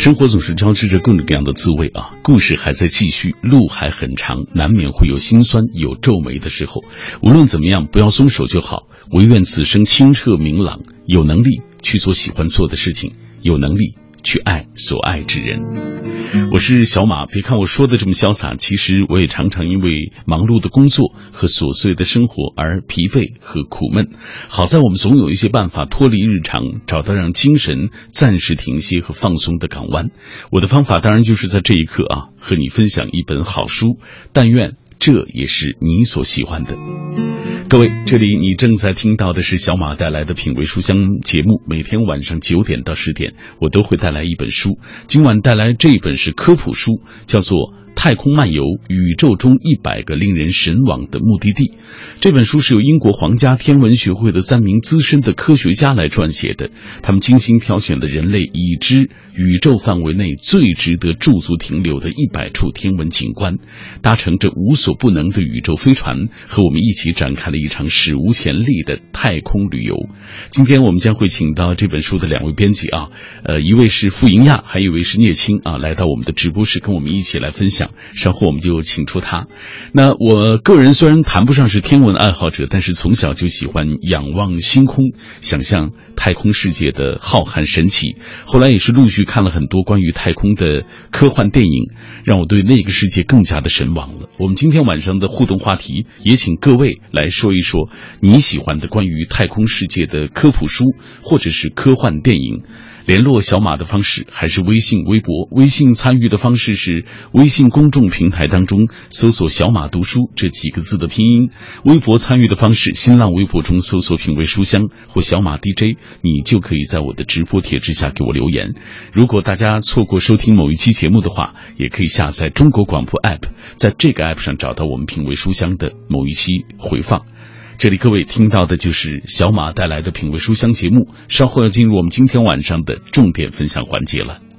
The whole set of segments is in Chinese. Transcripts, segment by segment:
生活总是交织着各种各样的滋味啊，故事还在继续，路还很长，难免会有心酸有皱眉的时候。无论怎么样，不要松手就好，唯愿此生清澈明朗，有能力去做喜欢做的事情，有能力去爱所爱之人。我是小马，别看我说的这么潇洒，其实我也常常因为忙碌的工作和琐碎的生活而疲惫和苦闷。好在我们总有一些办法脱离日常，找到让精神暂时停歇和放松的港湾。我的方法当然就是在这一刻啊，和你分享一本好书，但愿这也是你所喜欢的。各位，这里你正在听到的是小马带来的品味书香节目，每天晚上9点到10点，我都会带来一本书。今晚带来这一本是科普书，叫做《太空漫游：宇宙中100个令人神往的目的地》。这本书是由英国皇家天文学会的3名资深的科学家来撰写的，他们精心挑选了人类已知宇宙范围内最值得驻足停留的100处天文景观，搭乘着无所不能的宇宙飞船，和我们一起展开了一场史无前例的太空旅游。今天我们将会请到这本书的2位编辑啊，一位是傅莹亚，还有一位是聂青啊，来到我们的直播室跟我们一起来分享。稍后我们就请出他。那我个人虽然谈不上是天文爱好者，但是从小就喜欢仰望星空，想象太空世界的浩瀚神奇。后来也是陆续看了很多关于太空的科幻电影，让我对那个世界更加的神往了。我们今天晚上的互动话题，也请各位来说一说你喜欢的关于太空世界的科普书或者是科幻电影。联络小马的方式还是微信微博，微信参与的方式是微信公众平台当中搜索小马读书这几个字的拼音，微博参与的方式新浪微博中搜索品味书香或小马 DJ， 你就可以在我的直播帖之下给我留言。如果大家错过收听某一期节目的话，也可以下载中国广播 app， 在这个 app 上找到我们品味书香的某一期回放。这里各位听到的就是小马带来的品味书香节目，稍后要进入我们今天晚上的重点分享环节了。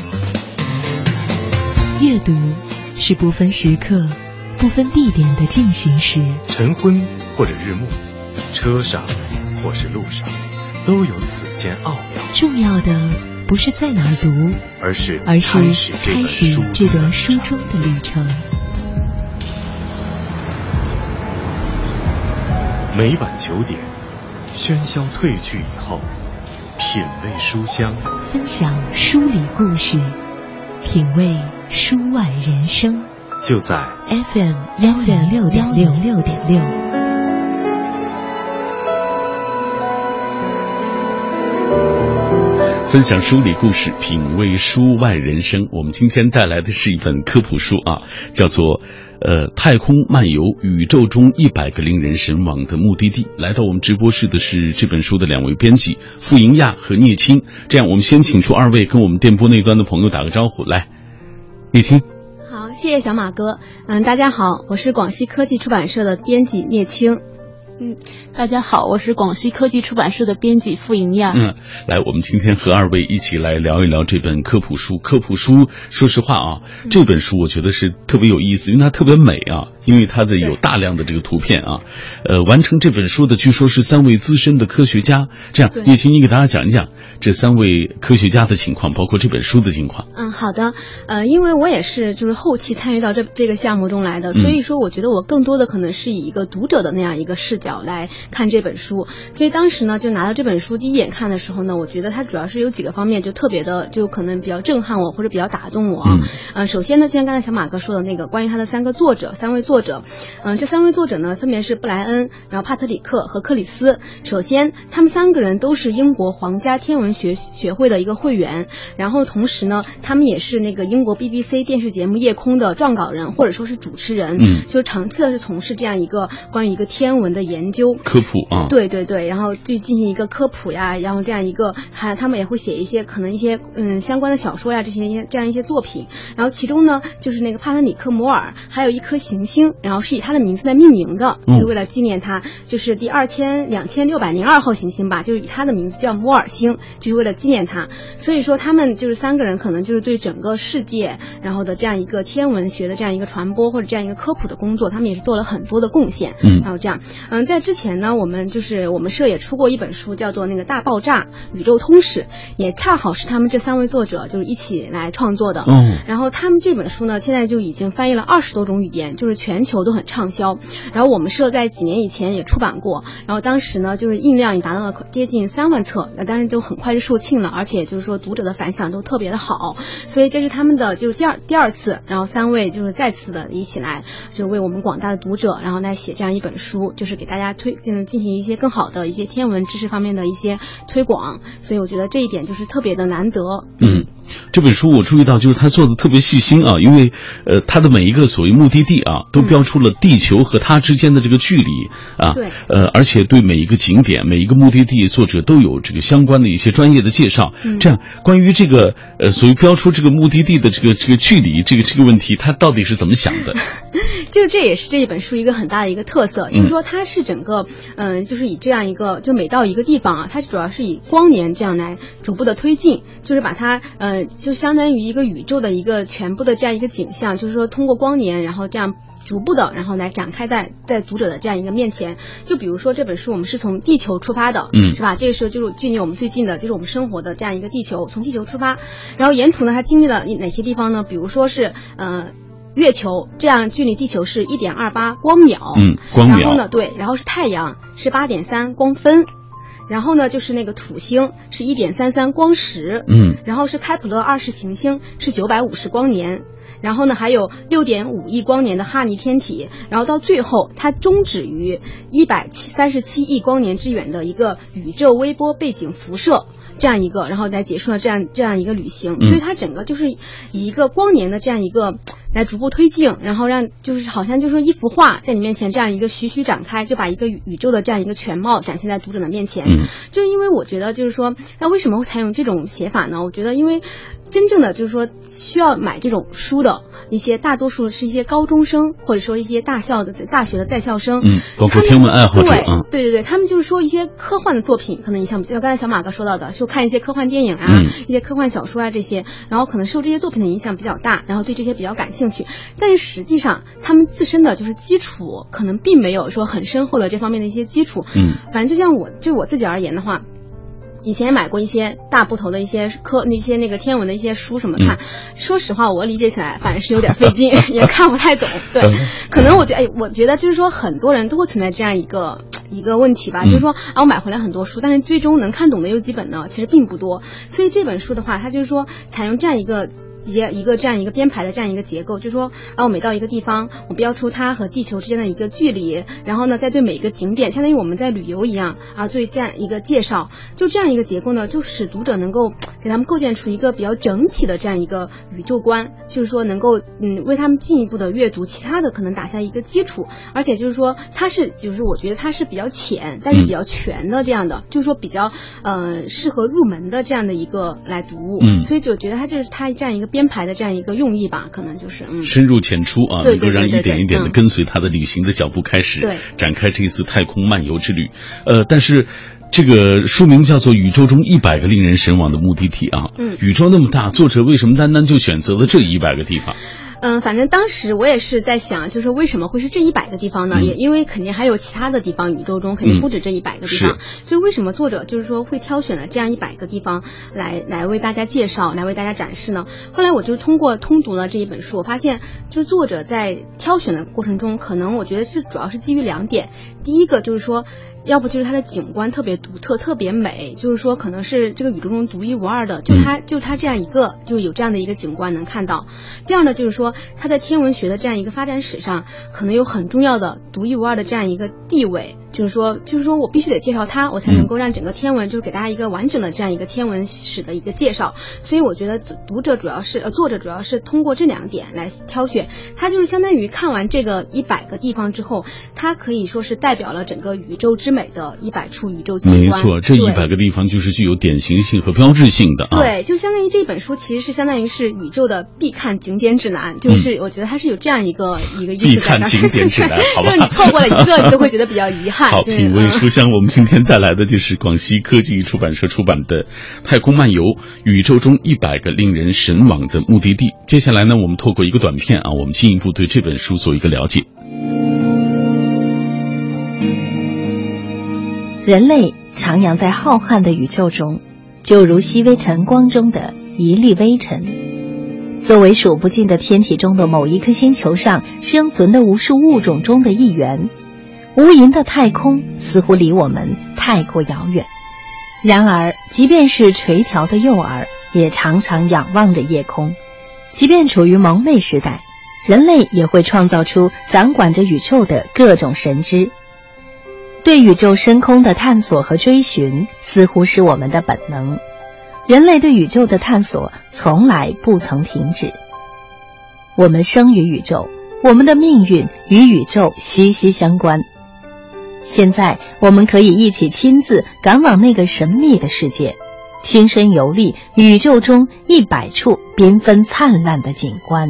阅读是不分时刻不分地点的进行时， 晨昏或者日暮，车上或是路上，都有此间奥妙。 重要的不是在哪儿读， 而是开始这段书中的旅程。 每晚9点，喧嚣褪去以后，品味书香， 分享书里故事，品味书外人生， 就在 FM 6.6。 分享书里故事，品味书外人生。我们今天带来的是一本科普书啊，叫做太空漫游：宇宙中100个令人神往的目的地。来到我们直播室的是这本书的2位编辑傅莹亚和聂青。这样，我们先请出2位跟我们电波那端的朋友打个招呼。来，聂青。 好，谢谢小马哥。大家好，我是广西科技出版社的编辑聂青。 大家好，我是广西科技出版社的编辑傅莹亚。 来，我们今天和2位一起来聊一聊这本科普书。科普书，说实话啊，这本书我觉得是特别有意思，因为它特别美啊，因为它的有大量的这个图片啊。完成这本书的据说是3位资深的科学家。这样，叶青，你给大家讲一讲这3位科学家的情况，包括这本书的情况。 好的。因为我也是就是后期参与到这个项目中来的，所以说我觉得我更多的可能是以一个读者的那样一个视角来看这本书。所以当时呢，就拿到这本书第一眼看的时候呢，我觉得它主要是有几个方面就特别的，就可能比较震撼我或者比较打动我啊。首先呢，就像刚才小马哥说的那个关于他的3位作者，这3位作者呢分别是布莱恩，然后帕特里克和克里斯。首先他们3个人都是英国皇家天文学会的一个会员，然后同时呢他们也是那个英国 BBC 电视节目夜空的撰稿人或者说是主持人，就长期的是从事这样一个关于一个天文的研究科普啊。 对，然后就进行一个科普呀，然后这样一个他们也会写一些可能一些相关的小说呀，这样一些作品。然后其中呢就是那个帕特里克摩尔还有一颗行星，然后是以他的名字来命名的，就是为了纪念他，就是第2602号行星吧，就是以他的名字叫摩尔星，就是为了纪念他。所以说他们就是3个人可能就是对整个世界然后的这样一个天文学的这样一个传播或者这样一个科普的工作，他们也是做了很多的贡献。然后这样在之前呢，我们社也出过一本书，叫做那个大爆炸宇宙通史，也恰好是他们这3位作者就是一起来创作的。然后他们这本书呢，现在就已经翻译了20多种语言，就是全球都很畅销。然后我们社在几年以前也出版过，然后当时呢就是印量也达到了接近3万册，当然就很快就售罄了，而且就是说读者的反响都特别的好，所以这是他们的就是第二次，然后3位就是再次的一起来就是为我们广大的读者，然后来写这样一本书，就是给大家进行一些更好的一些天文知识方面的一些推广，所以我觉得这一点就是特别的难得。 这本书我注意到就是他做的特别细心啊，因为他的每一个所谓目的地啊都标出了地球和它之间的这个距离啊， 对， 而且对每一个景点每一个目的地作者都有这个相关的一些专业的介绍。这样关于这个所谓标出这个目的地的这个距离这个问题，他到底是怎么想的？ 就是这也是这一本书一个很大的一个特色，就是说它是整个就是以这样一个就每到一个地方啊，它主要是以光年这样来逐步的推进，就是把它就相当于一个宇宙的一个全部的这样一个景象，就是说通过光年，然后这样逐步的然后来展开在读者的这样一个面前。就比如说这本书我们是从地球出发的，是吧？这个时候就是距离我们最近的就是我们生活的这样一个地球，从地球出发，然后沿途呢它经历了哪些地方呢？比如说是月球，这样距离地球是 1.28 光秒， 光秒。 然后呢，对，然后是太阳是 8.3 光分，然后呢就是那个土星是 1.33 光时，然后是开普勒20行星是950光年，然后呢还有 6.5 亿光年的哈尼天体，然后到最后它终止于137亿光年之远的一个宇宙微波背景辐射。这样一个，然后来结束了这样一个旅行，所以它整个就是以一个光年的这样一个来逐步推进，然后让就是好像就是一幅画在你面前这样一个徐徐展开，就把一个宇宙的这样一个全貌展现在读者的面前。就是因为我觉得就是说，那为什么会采用这种写法呢？我觉得因为真正的就是说需要买这种书的一些大多数是一些高中生，或者说一些大学的在校生， 包括天文爱好者， 对，他们就是说一些科幻的作品，可能你像刚才小马哥说到的，就看一些科幻电影啊，一些科幻小说啊这些，然后可能受这些作品的影响比较大，然后对这些比较感兴趣，但是实际上他们自身的就是基础可能并没有说很深厚的这方面的一些基础。反正就像我自己而言的话，以前买过一些大部头的一些那个天文的一些书什么看，说实话我理解起来反正是有点费劲，也看不太懂。对，可能我觉得就是说很多人都会存在这样一个问题吧，就是说我买回来很多书，但是最终能看懂的有几本呢？其实并不多。所以这本书的话，它就是说采用这样一个这样一个编排的这样一个结构，就是说我每到一个地方，我标出它和地球之间的一个距离，然后呢再对每个景点相当于我们在旅游一样做这样一个介绍。就这样一个结构呢，就使读者能够给他们构建出一个比较整体的这样一个宇宙观，就是说能够为他们进一步的阅读其他的可能打下一个基础。而且就是说就是我觉得它是比较浅但是比较全的这样的，就是说比较适合入门的这样的一个来读物。所以就觉得它就是它这样一个编排的这样一个用意吧，可能就是深入浅出啊，能够让一点一点的跟随他的旅行的脚步开始展开这一次太空漫游之旅。但是这个书名叫做《宇宙中100个令人神往的目的地》啊，宇宙那么大，作者为什么单单就选择了这100个地方？ 反正当时我也是在想，就是为什么会是这100个地方呢？也因为肯定还有其他的地方，宇宙中肯定不止这100个地方。所以为什么作者就是说会挑选了这样100个地方来为大家介绍，来为大家展示呢？后来我就通过通读了这一本书，我发现就是作者在挑选的过程中，可能我觉得主要是基于2点。第一个就是说，要不就是它的景观特别独特特别美，就是说可能是这个宇宙中独一无二的，就它这样一个就有这样的一个景观能看到。第二呢，就是说它在天文学的这样一个发展史上可能有很重要的独一无二的这样一个地位，就是说我必须得介绍它，我才能够让整个天文就是给大家一个完整的这样一个天文史的一个介绍。所以我觉得作者主要是通过这2点来挑选，它就是相当于看完这个100个地方之后，它可以说是代表了整个宇宙之美的100处宇宙奇观。 没错，这100个地方就是具有典型性和标志性的对，就相当于这本书其实是相当于是宇宙的必看景点指南，就是我觉得它是有这样一个意思在必看景点指南，好吧？ 就是你错过了一个，你都会觉得比较遗憾。 好，品味书香，我们今天带来的就是广西科技出版社出版的《太空漫游：宇宙中100个令人神往的目的地》。接下来呢，我们透过一个短片我们进一步对这本书做一个了解。 人类徜徉在浩瀚的宇宙中，就如细微晨光中的一粒微尘。作为数不尽的天体中的某一颗星球上生存的无数物种中的一员，无垠的太空似乎离我们太过遥远。然而，即便是垂髫的幼儿，也常常仰望着夜空。即便处于蒙昧时代，人类也会创造出掌管着宇宙的各种神知。对宇宙深空的探索和追寻，似乎是我们的本能。人类对宇宙的探索从来不曾停止。我们生于宇宙，我们的命运与宇宙息息相关。现在，我们可以一起亲自赶往那个神秘的世界，亲身游历宇宙中100处缤纷灿烂的景观。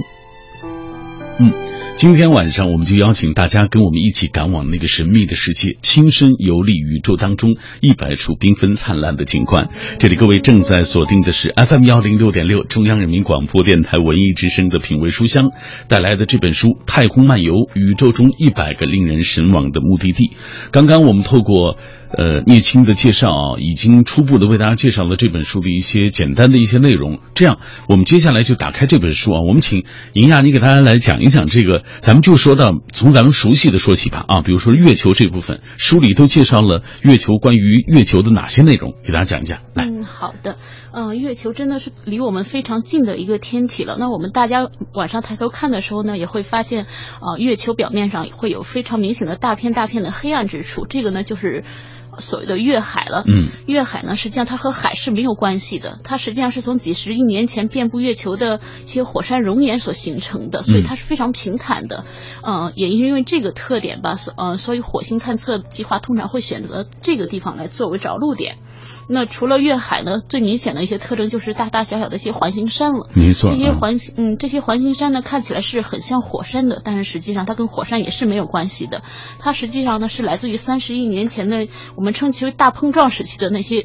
今天晚上我们就邀请大家跟我们一起赶往那个神秘的世界，亲身游历宇宙当中100处缤纷灿烂的景观。这里各位正在锁定的是 FM106.6 中央人民广播电台文艺之声的品味书香带来的这本书《太空漫游：宇宙中100个令人神往的目的地》。刚刚我们透过聂青的介绍已经初步的为大家介绍了这本书的一些简单的一些内容。这样，我们接下来就打开这本书我们请莹亚你给大家来讲一讲这个，咱们就说到从咱们熟悉的说起吧比如说月球这部分，书里都介绍了月球关于月球的哪些内容，给大家讲一讲。来， 好的。月球真的是离我们非常近的一个天体了。那我们大家晚上抬头看的时候呢，也会发现月球表面上会有非常明显的大片大片的黑暗之处，这个呢就是所谓的月海了。月海呢实际上它和海是没有关系的，它实际上是从几十亿年前遍布月球的一些火山熔岩所形成的，所以它是非常平坦的。也因为这个特点吧，所以火星探测计划通常会选择这个地方来作为着陆点。那除了月海呢，最明显的一些特征就是大大小小的一些环形山了。 没错， 这些环形山呢看起来是很像火山的，但是实际上它跟火山也是没有关系的。它实际上呢是来自于30亿年前的我们称其为大碰撞时期的那些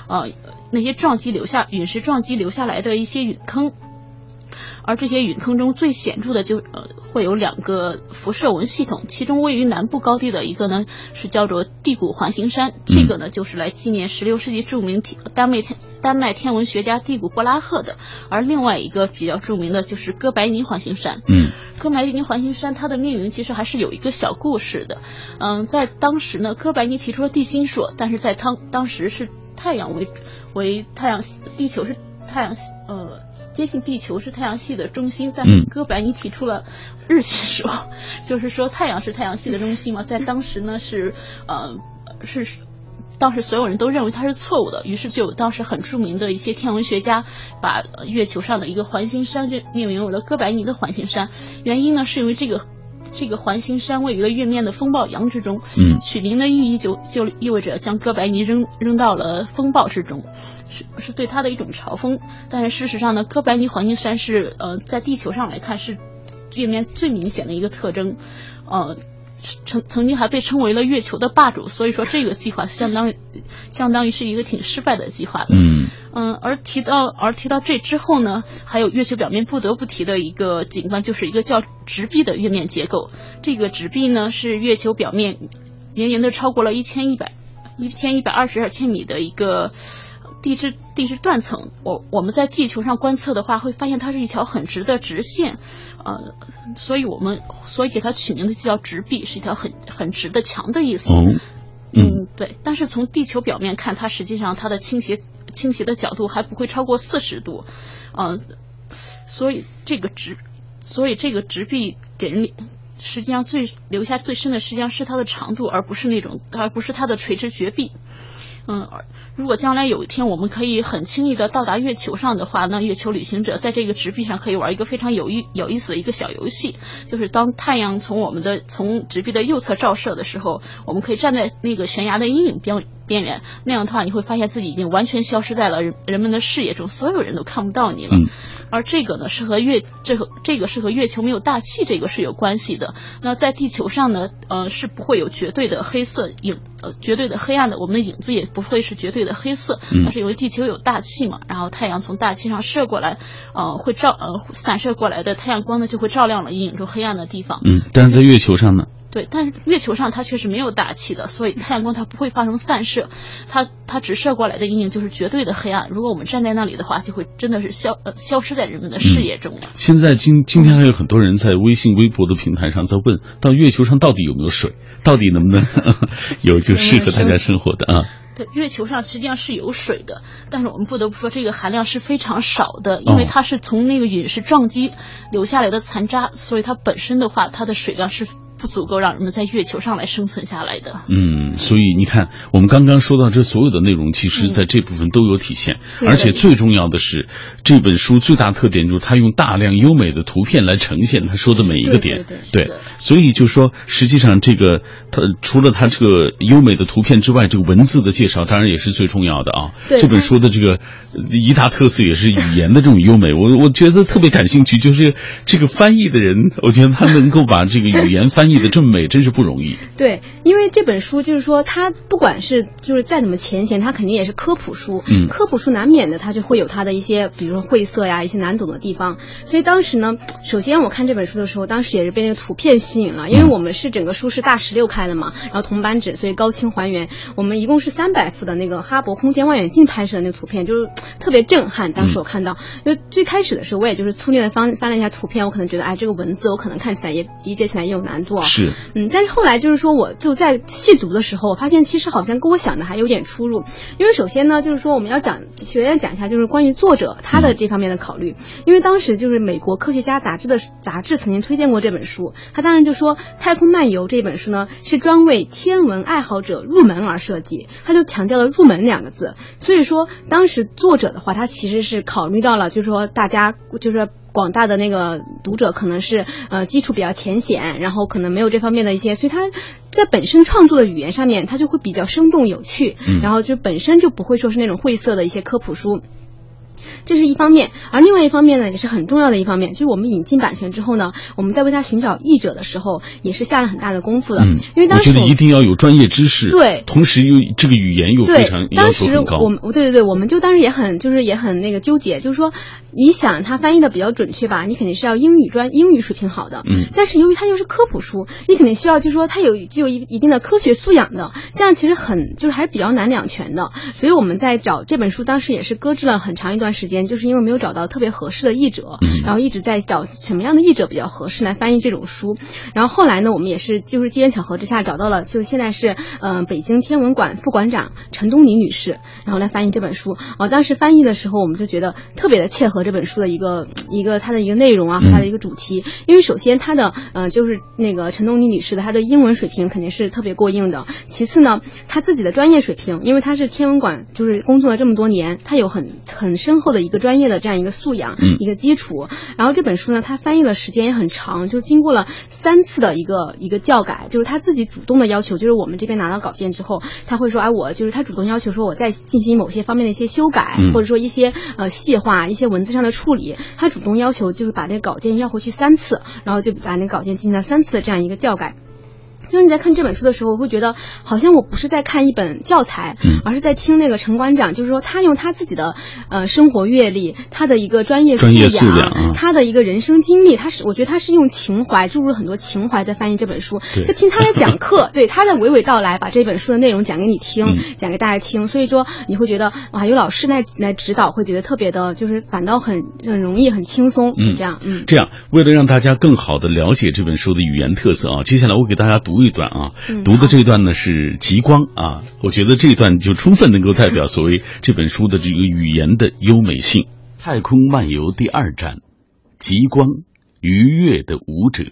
陨石撞击留下来的一些陨坑。而这些陨坑中最显著的会有2个辐射纹系统，其中位于南部高地的一个呢是叫做地谷环形山，这个呢就是来纪念16世纪著名丹麦天文学家蒂谷·伯拉赫的。而另外一个比较著名的就是哥白尼环形山。哥白尼环形山它的命名其实还是有一个小故事的。在当时呢，哥白尼提出了地心说，但是在当时是太阳为太阳，地球是太阳接近地球是太阳系的中心，但是哥白尼提出了日心说，就是说太阳是太阳系的中心嘛，在当时呢当时所有人都认为它是错误的，于是就有当时很著名的一些天文学家把月球上的一个环形山就命名为了哥白尼的环形山。原因呢是因为这个环形山位于了月面的风暴洋之中，取名的寓意就意味着将哥白尼扔到了风暴之中，是对他的一种嘲讽。但是事实上呢，哥白尼环形山是在地球上来看是月面最明显的一个特征，曾经还被称为了月球的霸主，所以说这个计划相当于是一个挺失败的计划的。而提到这之后呢，还有月球表面不得不提的一个景观，就是一个叫直壁的月面结构。这个直壁呢是月球表面绵延的超过了1122千米的一个地质断层。我们在地球上观测的话，会发现它是一条很直的直线，所以给它取名的就叫直壁，是一条很直的墙的意思。对。但是从地球表面看，它实际上它的倾斜的角度还不会超过40度，所以这个直壁给人实际上留下最深的实际上是它的长度，而不是它的垂直绝壁。如果将来有一天我们可以很轻易的到达月球上的话，那月球旅行者在这个直壁上可以玩一个非常有意思的一个小游戏，就是当太阳从直壁的右侧照射的时候，我们可以站在那个悬崖的阴影边缘，那样的话你会发现自己已经完全消失在了人们的视野中，所有人都看不到你了。而这个呢是和月球没有大气这个是有关系的。那在地球上呢是不会有绝对的黑色绝对的黑暗的，我们的影子也不会是绝对的黑色，但是因为地球有大气嘛，然后太阳从大气上射过来，散射过来的太阳光呢就会照亮了阴影中黑暗的地方。 但是在月球上呢， 对，但是月球上它却是没有大气的，所以太阳光它不会发生散射，它直射过来的阴影就是绝对的黑暗。如果我们站在那里的话，就会真的是消失在人们的视野中了。 现在今天还有很多人在微信、微博的平台上在问，到月球上到底有没有水，到底能不能有就适合大家生活的啊？ 对，月球上实际上是有水的，但是我们不得不说这个含量是非常少的，因为它是从那个陨石撞击留下来的残渣，所以它本身的话，它的水量是不足够让人们在月球上来生存下来的。 所以你看，我们刚刚说到这所有的内容，其实在这部分都有体现，而且最重要的是，这本书最大特点就是它用大量优美的图片来呈现他说的每一个点。对，所以就说实际上这个它除了它这个优美的图片之外，这个文字的介绍当然也是最重要的啊。这本书的这个一大特色也是语言的这种优美，我觉得特别感兴趣，就是这个翻译的人，我觉得他能够把这个语言翻译的这么美，真是不容易。 对，因为这本书就是说，它不管是就是再怎么浅显，它肯定也是科普书。科普书难免的，它就会有它的一些，比如说晦涩呀，一些难懂的地方。所以当时呢，首先我看这本书的时候，当时也是被那个图片吸引了，因为我们是整个书是大16开的嘛，然后铜版纸，所以高清还原。我们一共是300幅的那个哈勃空间望远镜拍摄的那个图片，就是特别震撼。当时我看到，因为最开始的时候，我也就是粗略的翻了一下图片，我可能觉得，哎，这个文字我可能看起来也理解起来也有难度啊。 是， 但是后来就是说，我就在细读的时候，我发现其实好像跟我想的还有点出入。因为首先呢，就是说我们要首先讲一下，就是关于作者他的这方面的考虑。因为当时就是美国科学家杂志曾经推荐过这本书，他当然就说《太空漫游》这本书呢是专为天文爱好者入门而设计，他就强调了入门2个字。所以说当时作者的话，他其实是考虑到了，就是说大家就是广大的那个读者可能是基础比较浅显，然后可能没有这方面的一些，所以他在本身创作的语言上面，他就会比较生动有趣，然后就本身就不会说是那种晦涩的一些科普书。这是一方面，而另外一方面呢，也是很重要的一方面，就是我们引进版权之后呢，我们在为它寻找译者的时候，也是下了很大的功夫的。因为当时我觉得一定要有专业知识， 对， 同时又这个语言又非常要求很高。 对，我们就当时也很那个纠结，就是说你想它翻译的比较准确吧，你肯定是要英语水平好的，但是由于它又是科普书，你肯定需要就是说它具有一定的科学素养的，这样其实就是还是比较难两全的。所以我们在找这本书，当时也是搁置了很长一段时间，就是因为没有找到特别合适的译者，然后一直在找什么样的译者比较合适来翻译这种书。然后后来呢，我们也是就是机缘巧合之下找到了，就是现在是北京天文馆副馆长陈东尼女士，然后来翻译这本书。当时翻译的时候，我们就觉得特别的切合这本书的一个它的一个内容啊，它的一个主题。因为首先它的就是那个陈东尼女士的她的英文水平肯定是特别过硬的。其次呢，她自己的专业水平，因为她是天文馆就是工作了这么多年，她有很深厚的一个专业的这样一个素养，一个基础。然后这本书呢，她翻译的时间也很长，就经过了3次的一个校改，就是她自己主动的要求，就是我们这边拿到稿件之后，她会说，我就是她主动要求说我再进行某些方面的一些修改，或者说一些细化一些文字上的处理，她主动要求就是把这个稿件要回去3次，然后就把那个稿件进行了3次的这样一个校改。就是你在看这本书的时候，我会觉得好像我不是在看一本教材，而是在听那个陈馆长，就是说他用他自己的生活阅历，他的一个专业素养，他的一个人生经历，我觉得他是用情怀注入了很多情怀在翻译这本书，在听他的讲课，对他在娓娓道来，把这本书的内容讲给你听，讲给大家听。所以说你会觉得哇，有老师来指导，会觉得特别的，就是反倒很容易很轻松，这样。 这样为了让大家更好的了解这本书的语言特色啊，接下来我给大家读一段啊，读的这一段呢是极光啊，我觉得这一段就充分能够代表所谓这本书的这个语言的优美性。太空漫游第2站，极光，愉悦的舞者。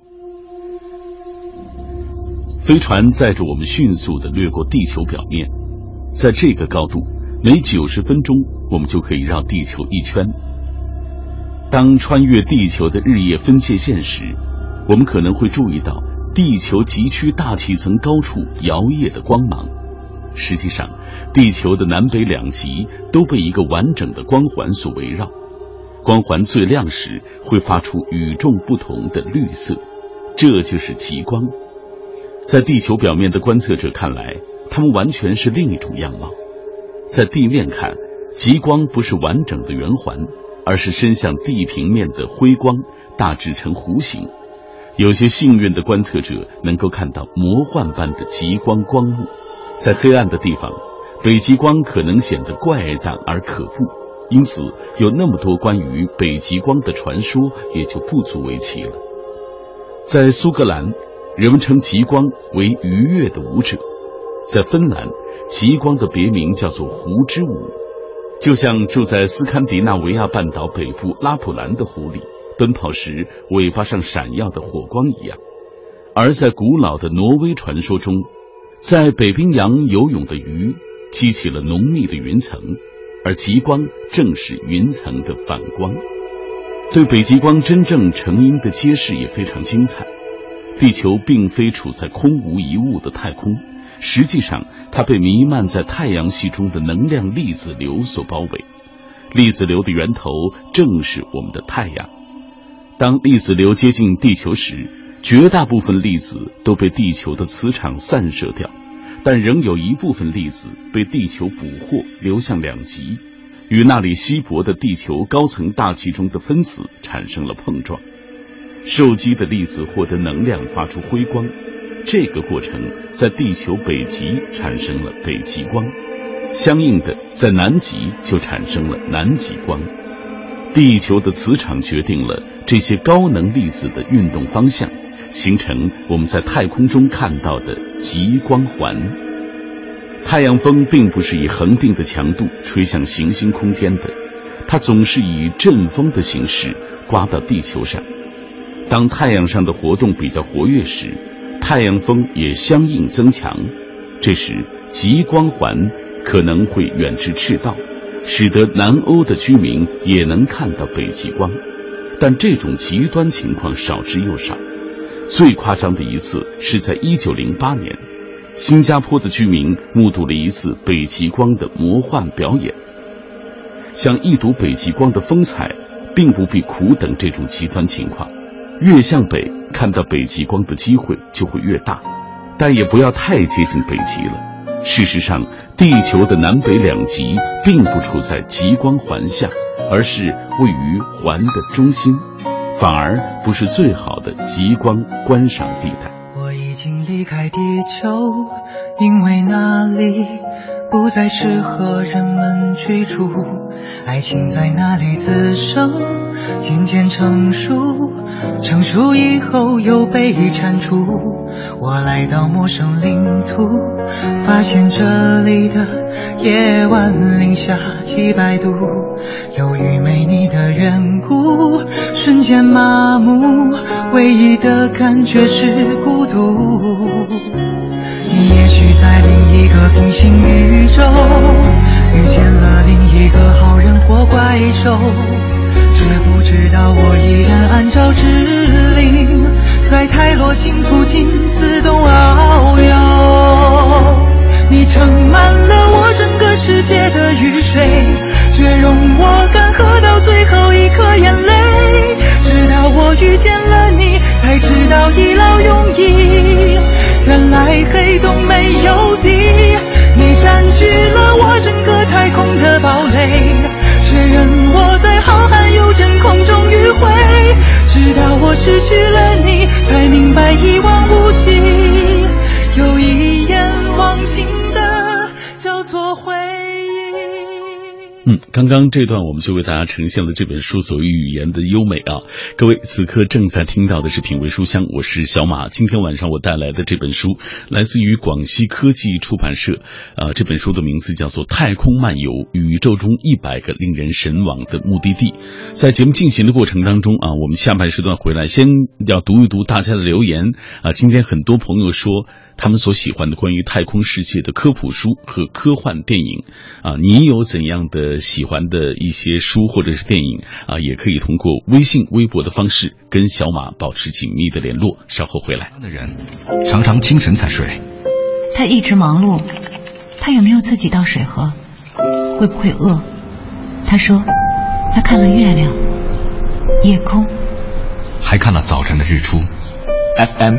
飞船载着我们迅速地掠过地球表面，在这个高度，每90分钟我们就可以绕地球1圈。当穿越地球的日夜分界线时，我们可能会注意到地球极区大气层高处摇曳的光芒。实际上，地球的南北2极都被一个完整的光环所围绕，光环最亮时会发出与众不同的绿色，这就是极光。在地球表面的观测者看来，它们完全是另一种样貌。在地面看，极光不是完整的圆环，而是伸向地平面的辉光，大致呈弧形。 有些幸运的观测者能够看到魔幻般的极光光幕，在黑暗的地方，北极光可能显得怪诞而可怖，因此有那么多关于北极光的传说也就不足为奇了。在苏格兰，人们称极光为愉悦的舞者；在芬兰，极光的别名叫做湖之舞，就像住在斯堪的纳维亚半岛北部拉普兰的狐狸奔跑时尾巴上闪耀的火光一样。而在古老的挪威传说中，在北冰洋游泳的鱼激起了浓密的云层，而极光正是云层的反光。对北极光真正成因的揭示也非常精彩。地球并非处在空无一物的太空，实际上它被弥漫在太阳系中的能量粒子流所包围。粒子流的源头正是我们的太阳。当粒子流接近地球时，绝大部分粒子都被地球的磁场散射掉，但仍有一部分粒子被地球捕获流向两极，与那里稀薄的地球高层大气中的分子产生了碰撞。受激的粒子获得能量，发出辉光，这个过程在地球北极产生了北极光，相应的在南极就产生了南极光。地球的磁场决定了这些高能粒子的运动方向，形成我们在太空中看到的极光环。太阳风并不是以恒定的强度吹向行星空间的，它总是以阵风的形式刮到地球上。当太阳上的活动比较活跃时，太阳风也相应增强，这时极光环可能会远至赤道，使得南欧的居民也能看到北极光。但这种极端情况少之又少。最夸张的一次是在1908年，新加坡的居民目睹了一次北极光的魔幻表演。想一睹北极光的风采，并不必苦等这种极端情况，越向北看到北极光的机会就会越大，但也不要太接近北极了。事实上，地球的南北两极并不处在极光环下，而是位于环的中心，反而不是最好的极光观赏地带。 我已经离开地球，因为那里不再适合人们居住，爱情在那里滋生，渐渐成熟，成熟以后又被铲除。我来到陌生领土，发现这里的夜晚零下几百度，由于没你的缘故，瞬间麻木，唯一的感觉是孤独。你也许在另一个平行宇宙遇见了另一个好人或怪兽，知不知道我依然按照指令在泰罗星附近自动遨游。你盛满了我整个世界的雨水，却容我干涸到最后一颗眼泪。直到我遇见了你，才知道一劳永逸，原来黑洞没有底。你占据了我整个太空的堡垒，却任我在浩瀚有真空中迂回。直到我失去了你，才明白一望无际，有一眼忘情的叫做回忆。 刚刚这段我们就为大家呈现了这本书所谓语言的优美啊！各位此刻正在听到的是品味书香，我是小马。今天晚上我带来的这本书来自于广西科技出版社，这本书的名字叫做《太空漫游：宇宙中100个令人神往的目的地》。在节目进行的过程当中啊，我们下半时段回来先要读一读大家的留言啊。今天很多朋友说他们所喜欢的关于太空世界的科普书和科幻电影啊，你有怎样的喜欢的一些书或者是电影啊，也可以通过微信微博的方式跟小马保持紧密的联络。稍后回来。 的人常常清晨才睡， 他一直忙碌，他有没有自己倒水喝？会不会饿？他说他看了月亮、夜空， 还看了早晨的日出。 FM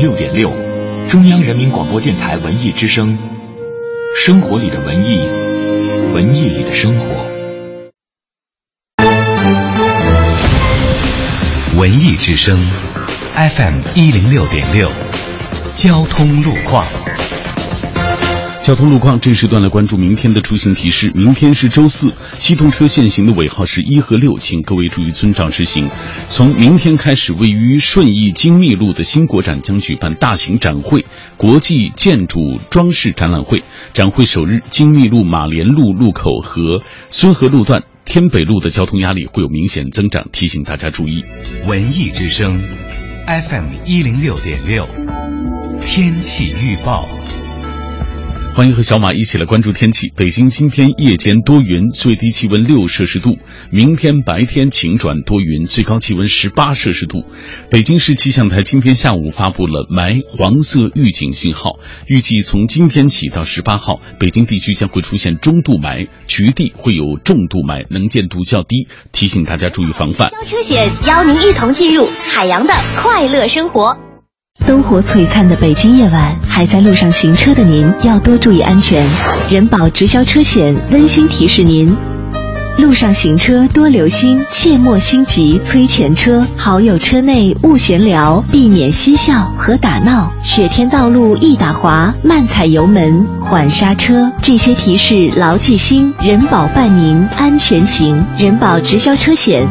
106.6，中央人民广播电台文艺之声，生活里的文艺，文艺里的生活。 文艺之声 FM106.6，交通路况。 交通路况这时段来关注明天的出行提示。明天是周四，机动车限行的尾号是1和6，请各位注意遵照执行。从明天开始，位于顺义精密路的新国展将举办大型展会——国际建筑装饰展览会。展会首日，精密路马连路路口和孙河路段天北路的交通压力会有明显增长，提醒大家注意。 文艺之声 FM106.6，天气预报。 欢迎和小马一起来关注天气。北京今天夜间多云，最低气温6摄氏度；明天白天晴转多云，最高气温18摄氏度。北京市气象台今天下午发布了霾黄色预警信号，预计从今天起到18号，北京地区将会出现中度霾，局地会有重度霾，能见度较低，提醒大家注意防范。 车险邀您一同进入海洋的快乐生活。 灯火璀璨的北京夜晚，还在路上行车的您要多注意安全。人保直销车险温馨提示您：路上行车多留心，切莫心急催前车，好友车内勿闲聊，避免嬉笑和打闹。雪天道路易打滑，慢踩油门，缓刹车。这些提示牢记心，人保伴您安全行。人保直销车险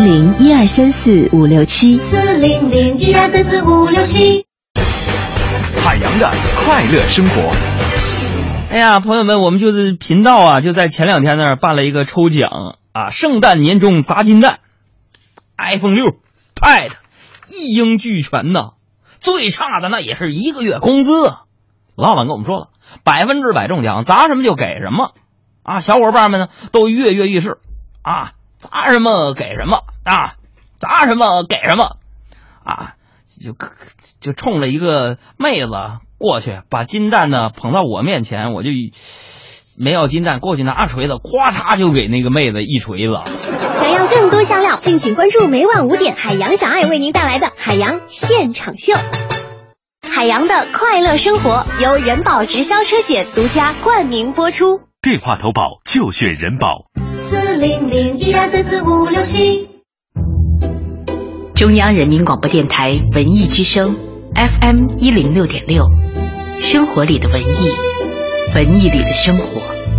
400-1234-567，400-1234-567。 海洋的快乐生活。 哎呀，朋友们，我们就是频道啊，就在前2天那儿办了一个抽奖啊，圣诞年终砸金蛋 ，iPhone 6、Pad 一应俱全呐，最差的那也是1个月工资。老板跟我们说了，100%中奖，砸什么就给什么啊！小伙伴们呢都跃跃欲试啊，砸什么给什么啊，砸什么给什么啊，就冲着一个妹子过去，把金蛋呢捧到我面前，我就没要金蛋，过去拿锤子，咵嚓就给那个妹子一锤子。 想要更多香料，敬请关注每晚5点海洋小爱为您带来的海洋现场秀。海洋的快乐生活由人保直销车险独家冠名播出。 电话投保就选人保。 400-1234-567。 中央人民广播电台文艺之声 FM106.6，生活里的文艺，文艺里的生活。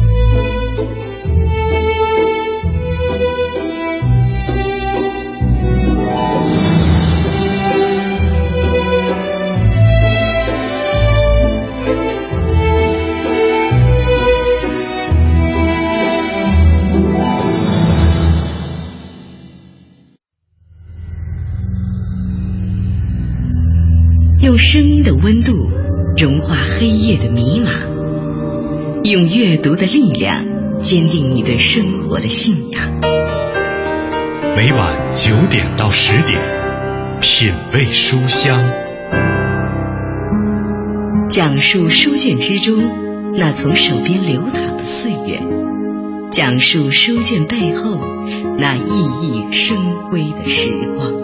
用声音的温度融化黑夜的迷茫，用阅读的力量坚定你对生活的信仰。 每晚9点到10点，品味书香， 讲述书卷之中那从手边流淌的岁月，讲述书卷背后那熠熠生辉的时光。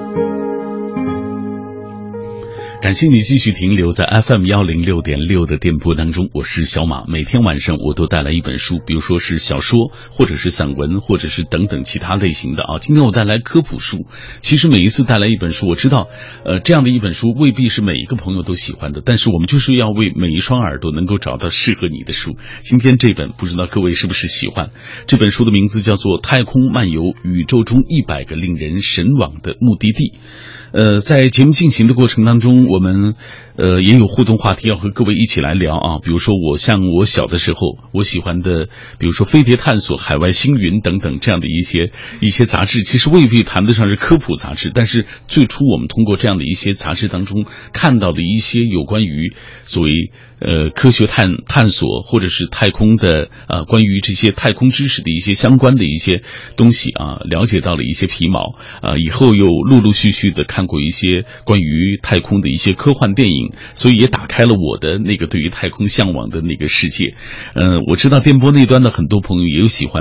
感谢你继续停留在 FM106.6 的电波当中，我是小马。每天晚上我都带来一本书，比如说是小说，或者是散文，或者是等等其他类型的啊。今天我带来科普书。其实每一次带来一本书，我知道这样的一本书未必是每一个朋友都喜欢的，但是我们就是要为每一双耳朵能够找到适合你的书。今天这本不知道各位是不是喜欢，这本书的名字叫做《太空漫游：宇宙中100个令人神往的目的地》。在节目进行的过程当中，我们也有互动话题要和各位一起来聊啊。比如说我小的时候我喜欢的，比如说飞碟探索、海外星云等等这样的一些杂志，其实未必谈得上是科普杂志，但是最初我们通过这样的一些杂志当中看到的一些有关于所谓科学探索或者是太空的关于这些太空知识的一些相关的一些东西啊，了解到了一些皮毛以后又陆陆续续的看过一些关于太空的一些科幻电影，所以也打开了我的那个对于太空向往的那个世界。我知道电波那端的很多朋友也有喜欢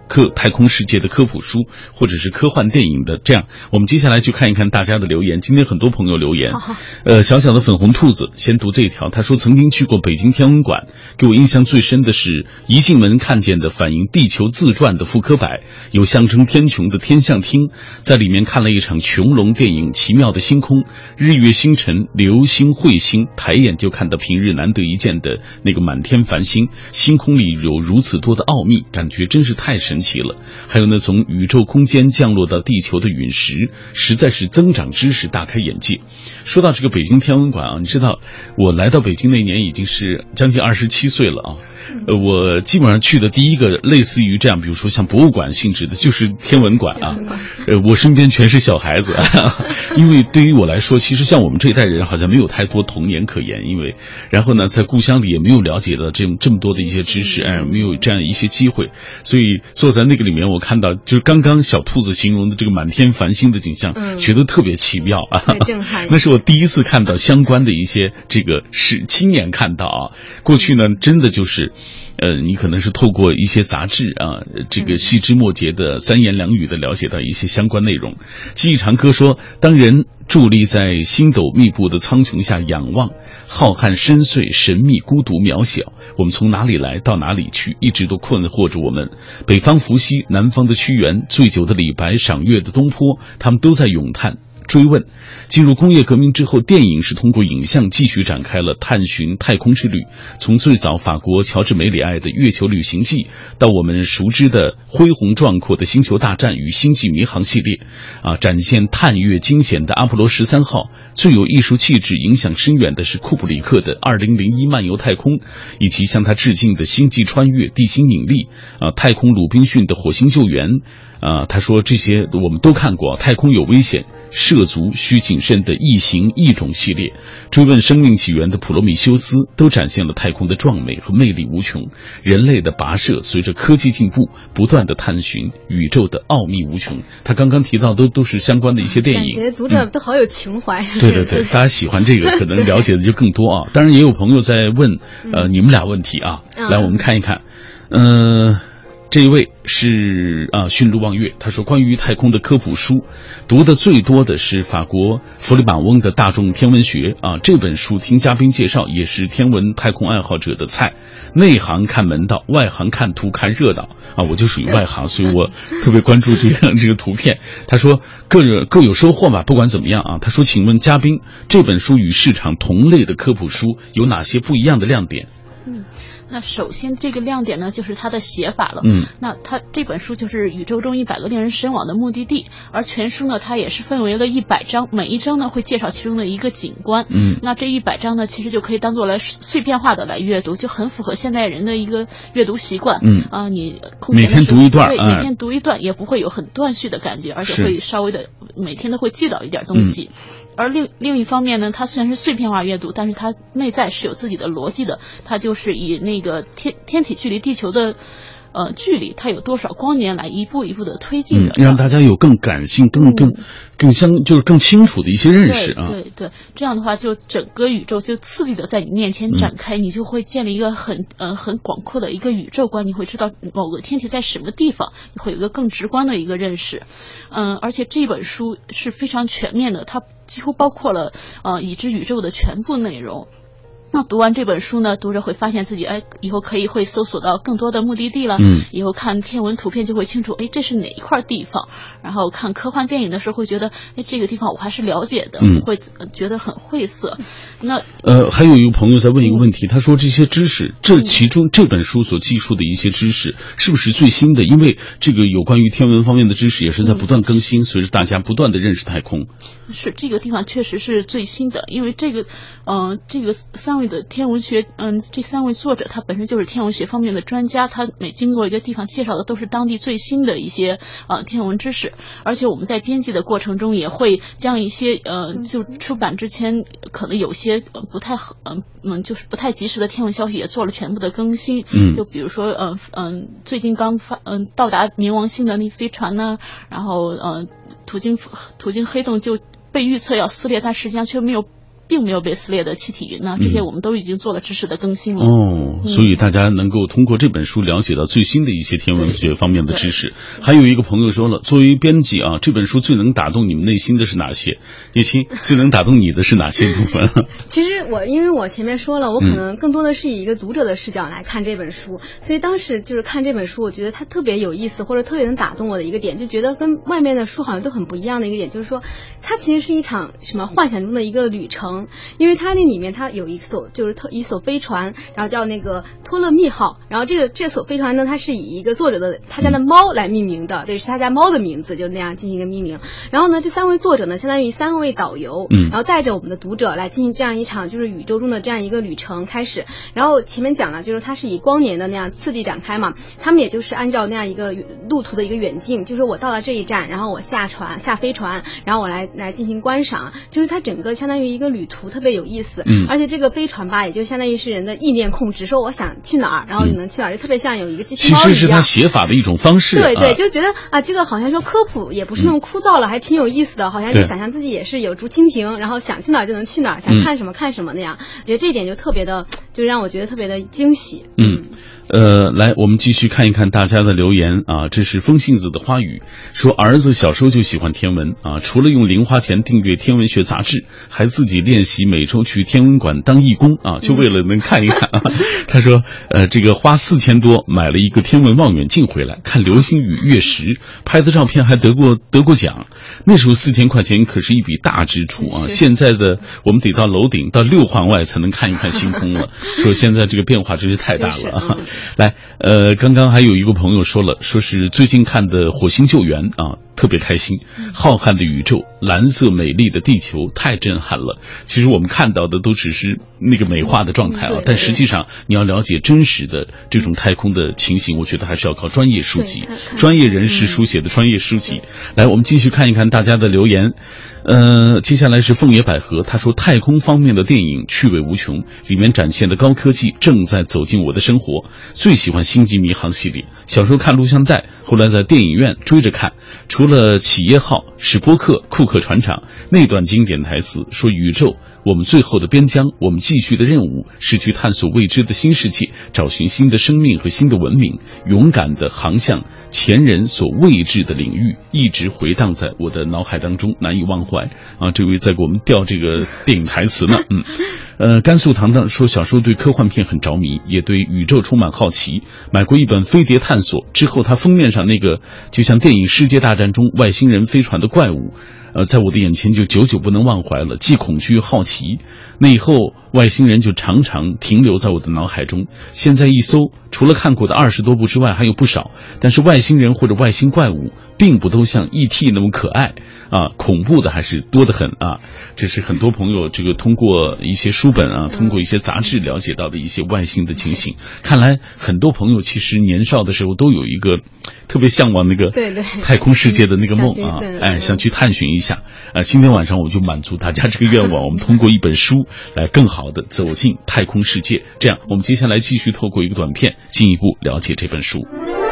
太空世界的科普书，或者是科幻电影的。这样，我们接下来就看一看大家的留言。今天很多朋友留言，小小的粉红兔子先读这一条，他说曾经去过北京天文馆，给我印象最深的是一进门看见的反映地球自转的复刻摆，有象征天穹的天象厅，在里面看了一场穹隆电影《奇妙的星空》，日月星辰、流星彗星，抬眼就看到平日难得一见的那个满天繁星，星空里有如此多的奥秘，感觉真是太神奇了。还有呢，从宇宙空间降落到地球的陨石，实在是增长知识，大开眼界。说到这个北京天文馆啊，你知道我来到北京那年已经是将近27岁了啊。我基本上去的第一个类似于这样，比如说像博物馆性质的，就是天文馆啊。我身边全是小孩子，因为对于我来说，其实像我们这一代人好像没有太多童年可言，因为然后呢，在故乡里也没有了解到这么多的一些知识，没有这样一些机会，所以坐在那个里面，我看到就是刚刚小兔子形容的这个满天繁星的景象，觉得特别奇妙啊， 震撼。 那是我第一次看到相关的一些这个是亲眼看到啊。过去呢，真的就是你可能是透过一些杂志啊，这个细枝末节的三言两语的了解到一些相关内容。记忆长歌说，当人伫立在星斗密布的苍穹下仰望，浩瀚深邃、神秘、孤独、渺小，我们从哪里来到哪里去，一直都困惑着我们。北方伏羲，南方的屈原，醉酒的李白，赏月的东坡，他们都在咏叹追问。进入工业革命之后，电影是通过影像继续展开了探寻太空之旅，从最早法国乔治梅里爱的《月球旅行记》，到我们熟知的恢宏壮阔的《星球大战》与《星际迷航》系列，展现探月惊险的阿波罗13号，最有艺术气质、影响深远的是库布里克的《2001漫游太空》，以及向他致敬的《星际穿越》、《地心引力》太空鲁滨逊的《火星救援》。他说这些我们都看过，太空有危险，涉足需谨慎的异形异种系列，追问生命起源的普罗米修斯，都展现了太空的壮美和魅力无穷。人类的跋涉随着科技进步，不断的探寻宇宙的奥秘无穷。他刚刚提到都是相关的一些电影， 感觉读者都好有情怀。 对对对，大家喜欢这个，可能了解的就更多啊。当然也有朋友在问你们俩问题啊，来我们看一看。这一位是驯鹿望月，他说关于太空的科普书读的最多的是法国弗里马翁的大众天文学这本书听嘉宾介绍也是天文太空爱好者的菜，内行看门道，外行看图看热闹我就属于外行，所以我特别关注这个图片。他说各有收获吧，不管怎么样他说请问嘉宾，这本书与市场同类的科普书有哪些不一样的亮点？ 那首先这个亮点呢，就是它的写法了。那它这本书就是宇宙中100个令人神往的目的地，而全书呢，它也是分为了100章，每一章呢会介绍其中的一个景观。那这100章呢，其实就可以当做来碎片化的来阅读，就很符合现代人的一个阅读习惯。你空闲的时候每天读一段， 对，每天读一段，也不会有很断续的感觉，而且会稍微的每天都会记到一点东西。而另一方面呢，它虽然是碎片化阅读，但是它内在是有自己的逻辑的，它就是以那个天体距离地球的距离，它有多少光年来一步一步的推进的， 让大家有更感性、就是更清楚的一些认识对，这样的话，就整个宇宙就次第的在你面前展开，你就会建立一个很广阔的一个宇宙观，你会知道某个天体在什么地方，你会有一个更直观的一个认识。而且这本书是非常全面的，它几乎包括了已知宇宙的全部内容。那读完这本书呢，读者会发现自己以后会搜索到更多的目的地了。以后看天文图片就会清楚，这是哪一块地方。然后看科幻电影的时候会觉得，这个地方我还是了解的，会觉得很晦涩。那还有一个朋友在问一个问题，他说这些知识，其中这本书所记述的一些知识是不是最新的？因为这个有关于天文方面的知识也是在不断更新，随着大家不断的认识太空。 是这个地方确实是最新的，因为这个3位的天文学，这3位作者他本身就是天文学方面的专家，他每经过一个地方介绍的都是当地最新的一些天文知识，而且我们在编辑的过程中也会将一些就出版之前可能有些就是不太及时的天文消息也做了全部的更新。就比如说最近刚到达冥王星的那飞船呢，然后途经黑洞就被预测要撕裂，但实际上却没有并没有被撕裂的气体云呢？这些我们都已经做了知识的更新了。 所以大家能够通过这本书了解到最新的一些天文学方面的知识。还有一个朋友说了，作为编辑啊，这本书最能打动你们内心的是哪些？叶青，最能打动你的是哪些部分？ 其实因为我前面说了，我可能更多的是以一个读者的视角来看这本书，所以当时就是看这本书，我觉得它特别有意思，或者特别能打动我的一个点，就觉得跟外面的书好像都很不一样的一个点，就是说它其实是一场什么幻想中的一个旅程，因为它那里面它有一艘一艘飞船，然后叫那个托勒密号，然后这艘飞船呢，它是以一个作者的他家的猫来命名的，对，是他家猫的名字，就那样进行一个命名。然后呢，这3位作者呢，相当于3位导游，然后带着我们的读者来进行这样一场就是宇宙中的这样一个旅程开始。然后前面讲了，就是它是以光年的那样次第展开嘛，他们也就是按照那样一个路途的一个远近，就是我到了这一站，然后我下飞船，然后我来进行观赏，就是它整个相当于一个旅途，特别有意思。而且这个飞船吧，也就相当于是人的意念控制，说我想去哪儿，然后你能去哪儿，就特别像有一个机器猫一样。 其实是他写法的一种方式。 对，就觉得这个好像说科普也不是那么枯燥了，还挺有意思的，好像就想象自己也是有竹蜻蜓，然后想去哪儿就能去哪儿，想看什么看什么那样。觉得这一点就特别的，就让我觉得特别的惊喜。 来，我们继续看一看大家的留言啊。这是风信子的花语，说儿子小时候就喜欢天文啊，除了用零花钱订阅天文学杂志，还自己练习每周去天文馆当义工啊，就为了能看一看啊。他说，这个花4000多买了一个天文望远镜回来，看流星雨、月食，拍的照片还得过奖。那时候4000块钱可是一笔大支出啊。现在的我们得到楼顶到6环外才能看一看星空了。说现在这个变化真是太大了啊。来，刚刚还有一个朋友说了，说是最近看的《火星救援》啊，特别开心。浩瀚的宇宙，蓝色美丽的地球，太震撼了。其实我们看到的都只是那个美化的状态啊，但实际上你要了解真实的这种太空的情形，我觉得还是要靠专业书籍、专业人士书写的专业书籍。来，我们继续看一看大家的留言。接下来是凤野百合，他说太空方面的电影趣味无穷，里面展现的高科技正在走进我的生活。最喜欢星际迷航系列，小时候看录像带，后来在电影院追着看。除了企业号、史波克、库克船长那段经典台词，说宇宙我们最后的边疆，我们继续的任务是去探索未知的新世界，找寻新的生命和新的文明，勇敢地航向前人所未知的领域，一直回荡在我的脑海当中，难以忘怀啊！这位在给我们调这个电影台词呢。甘肃糖糖说，小时候对科幻片很着迷，也对宇宙充满好奇，买过一本《飞碟探索》，之后它封面上那个就像电影《世界大战》中外星人飞船的怪物，在我的眼前就久久不能忘怀了，既恐惧又好奇。那以后外星人就常常停留在我的脑海中。现在一搜，除了看过的20多部之外还有不少，但是外星人或者外星怪物并不都像 E.T. 那么可爱啊，恐怖的还是多得很啊。这是很多朋友这个通过一些书本啊，通过一些杂志了解到的一些外星的情形。看来很多朋友其实年少的时候都有一个特别向往那个太空世界的那个梦啊，想去探寻一下。今天晚上我就满足大家这个愿望，我们通过一本书来更好的走进太空世界。这样我们接下来继续透过一个短片进一步了解这本书。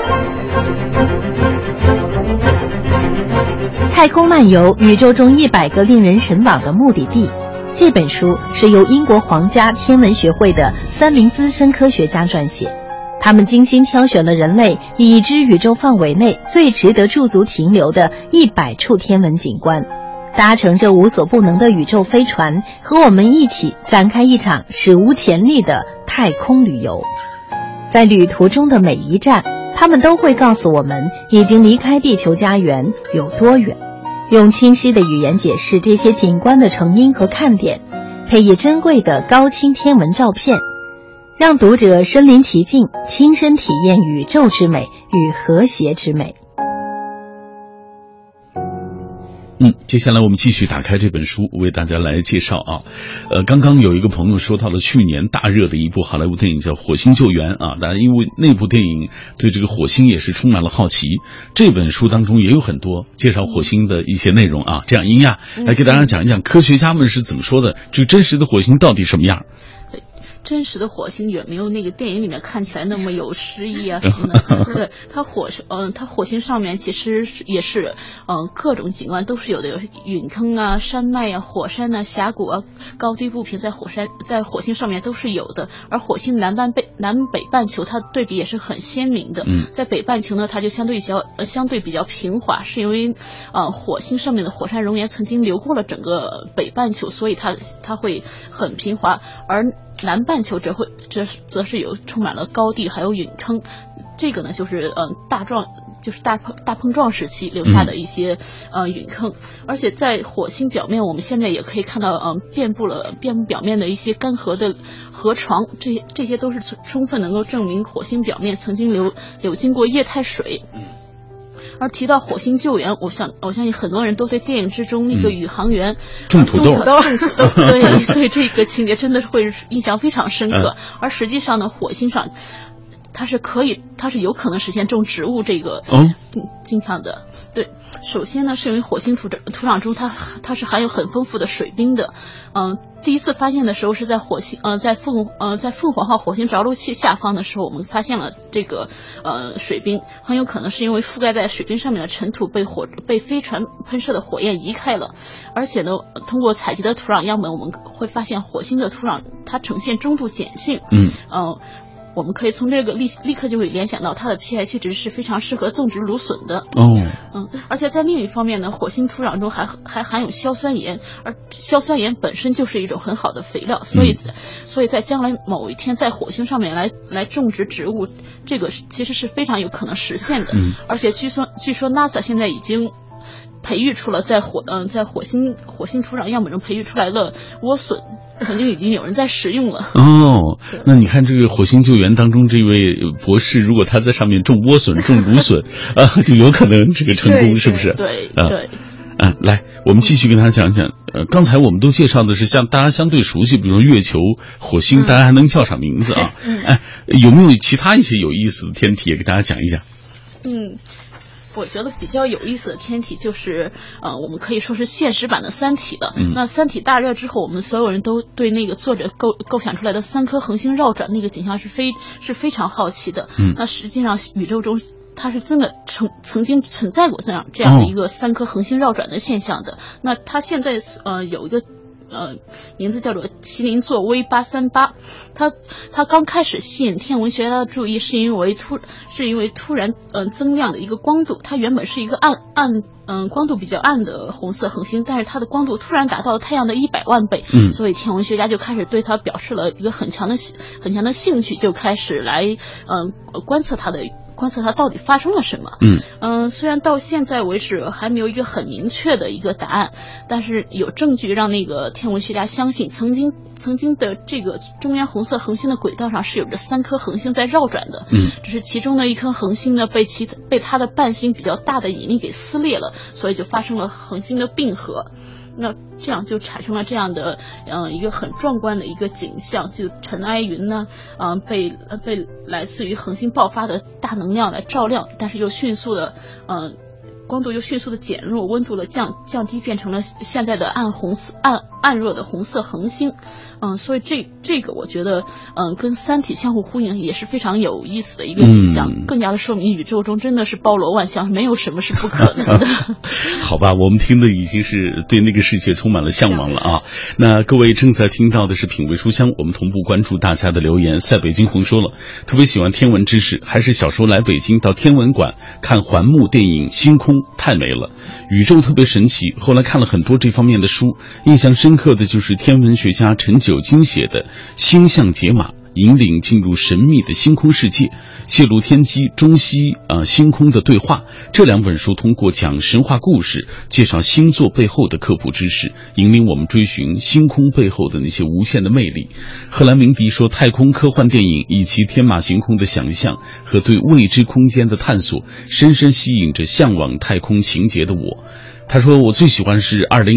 太空漫游，宇宙中100个令人神往的目的地。这本书是由英国皇家天文学会的3名资深科学家撰写，他们精心挑选了人类已知宇宙范围内最值得驻足停留的100处天文景观，搭乘这无所不能的宇宙飞船，和我们一起展开一场史无前例的太空旅游。在旅途中的每一站，他们都会告诉我们已经离开地球家园有多远，用清晰的语言解释这些景观的成因和看点，配以珍贵的高清天文照片，让读者身临其境，亲身体验宇宙之美与和谐之美。 接下来我们继续打开这本书，为大家来介绍啊。刚刚有一个朋友说到了去年大热的一部好莱坞电影叫《火星救援》啊，大家因为那部电影对这个火星也是充满了好奇。这本书当中也有很多介绍火星的一些内容啊。这样英亚来给大家讲一讲科学家们是怎么说的，这个真实的火星到底什么样。 真实的火星远没有那个电影里面看起来那么有诗意啊什么的。对，它火星上面其实也是各种景观都是有的，有陨坑啊、山脉啊、火山啊、峡谷啊、高低不平，在火星上面都是有的。而火星南北半球它对比也是很鲜明的。在北半球呢，它就相对比较平滑，是因为火星上面的火山熔岩曾经流过了整个北半球，所以它会很平滑。而南半球则是有充满了高地还有陨坑，这个呢就是大碰撞时期留下的一些陨坑。而且在火星表面，我们现在也可以看到遍布表面的一些干涸的河床，这些都是充分能够证明火星表面曾经流经过液态水。而提到火星救援，我相信很多人都对电影之中那个宇航员种土豆对这个情节真的会印象非常深刻。而实际上呢，火星上它是有可能实现种植物这个镜像的。对，首先呢，是因为火星土壤中它是含有很丰富的水冰的。第一次发现的时候是在在凤凰号火星着陆器下方的时候，我们发现了这个水冰，很有可能是因为覆盖在水冰上面的尘土被飞船喷射的火焰移开了。而且呢，通过采集的土壤样本，我们会发现火星的土壤它呈现中度碱性。我们可以从这个立刻就会联想到它的 pH 值是非常适合种植芦笋的。而且在另一方面呢，火星土壤中还含有硝酸盐，而硝酸盐本身就是一种很好的肥料，所以在将来某一天在火星上面来种植植物，这个其实是非常有可能实现的。而且据说 NASA 现在已经培育出了在火星土壤样本中培育出来的莴笋，曾经已经有人在食用了。 那你看这个火星救援当中这位博士，如果他在上面种莴笋、种芦笋就有可能这个成功，是不是？ 对。 来，我们继续跟他讲讲。刚才我们都介绍的是大家相对熟悉，比如说月球、火星，大家还能叫上名字啊。有没有其他一些有意思的天体也给大家讲一讲？ 我觉得比较有意思的天体就是我们可以说是现实版的三体了。那三体大热之后，我们所有人都对那个作者构想出来的3颗恒星绕转那个景象是非常好奇的。那实际上宇宙中它是真的曾经存在过这样的一个3颗恒星绕转的现象的。那它现在有一个名字叫做麒麟座 V838， 它刚开始吸引天文学家的注意，是因为突然增亮的一个光度。它原本是一个光度比较暗的红色恒星，但是它的光度突然达到太阳的100万倍，所以天文学家就开始对它表示了一个很强的兴趣，就开始来观测它到底发生了什么。虽然到现在为止还没有一个很明确的一个答案，但是有证据让那个天文学家相信曾经的这个中央红色恒星的轨道上是有着3颗恒星在绕转的。只是其中的一颗恒星呢被它的伴星比较大的引力给撕裂了，所以就发生了恒星的并合。那这样就产生了这样的一个很壮观的一个景象，就尘埃云呢被来自于恒星爆发的大能量来照亮，但是又迅速的光度又迅速的减弱，温度的降低，变成了现在的暗热的红色恒星。所以这个我觉得跟三体相互呼应，也是非常有意思的一个景象，更加的说明宇宙中真的是包罗万象，没有什么是不可能的。 好吧，我们听的已经是对那个世界充满了向往了啊。那各位正在听到的是品味书香，我们同步关注大家的留言。在北京红说了，特别喜欢天文知识，还是小时候来北京到天文馆看环幕电影，星空太美了，宇宙特别神奇。后来看了很多这方面的书，印象深刻的就是天文学家陈九金写的《星象解码》，引领进入神秘的星空世界，泄露天机中西星空的对话。这2本书通过讲神话故事，介绍星座背后的科普知识，引领我们追寻星空背后的那些无限的魅力。赫兰明迪说，太空科幻电影以其天马行空的想象和对未知空间的探索，深深吸引着向往太空情节的我。 他说我最喜欢是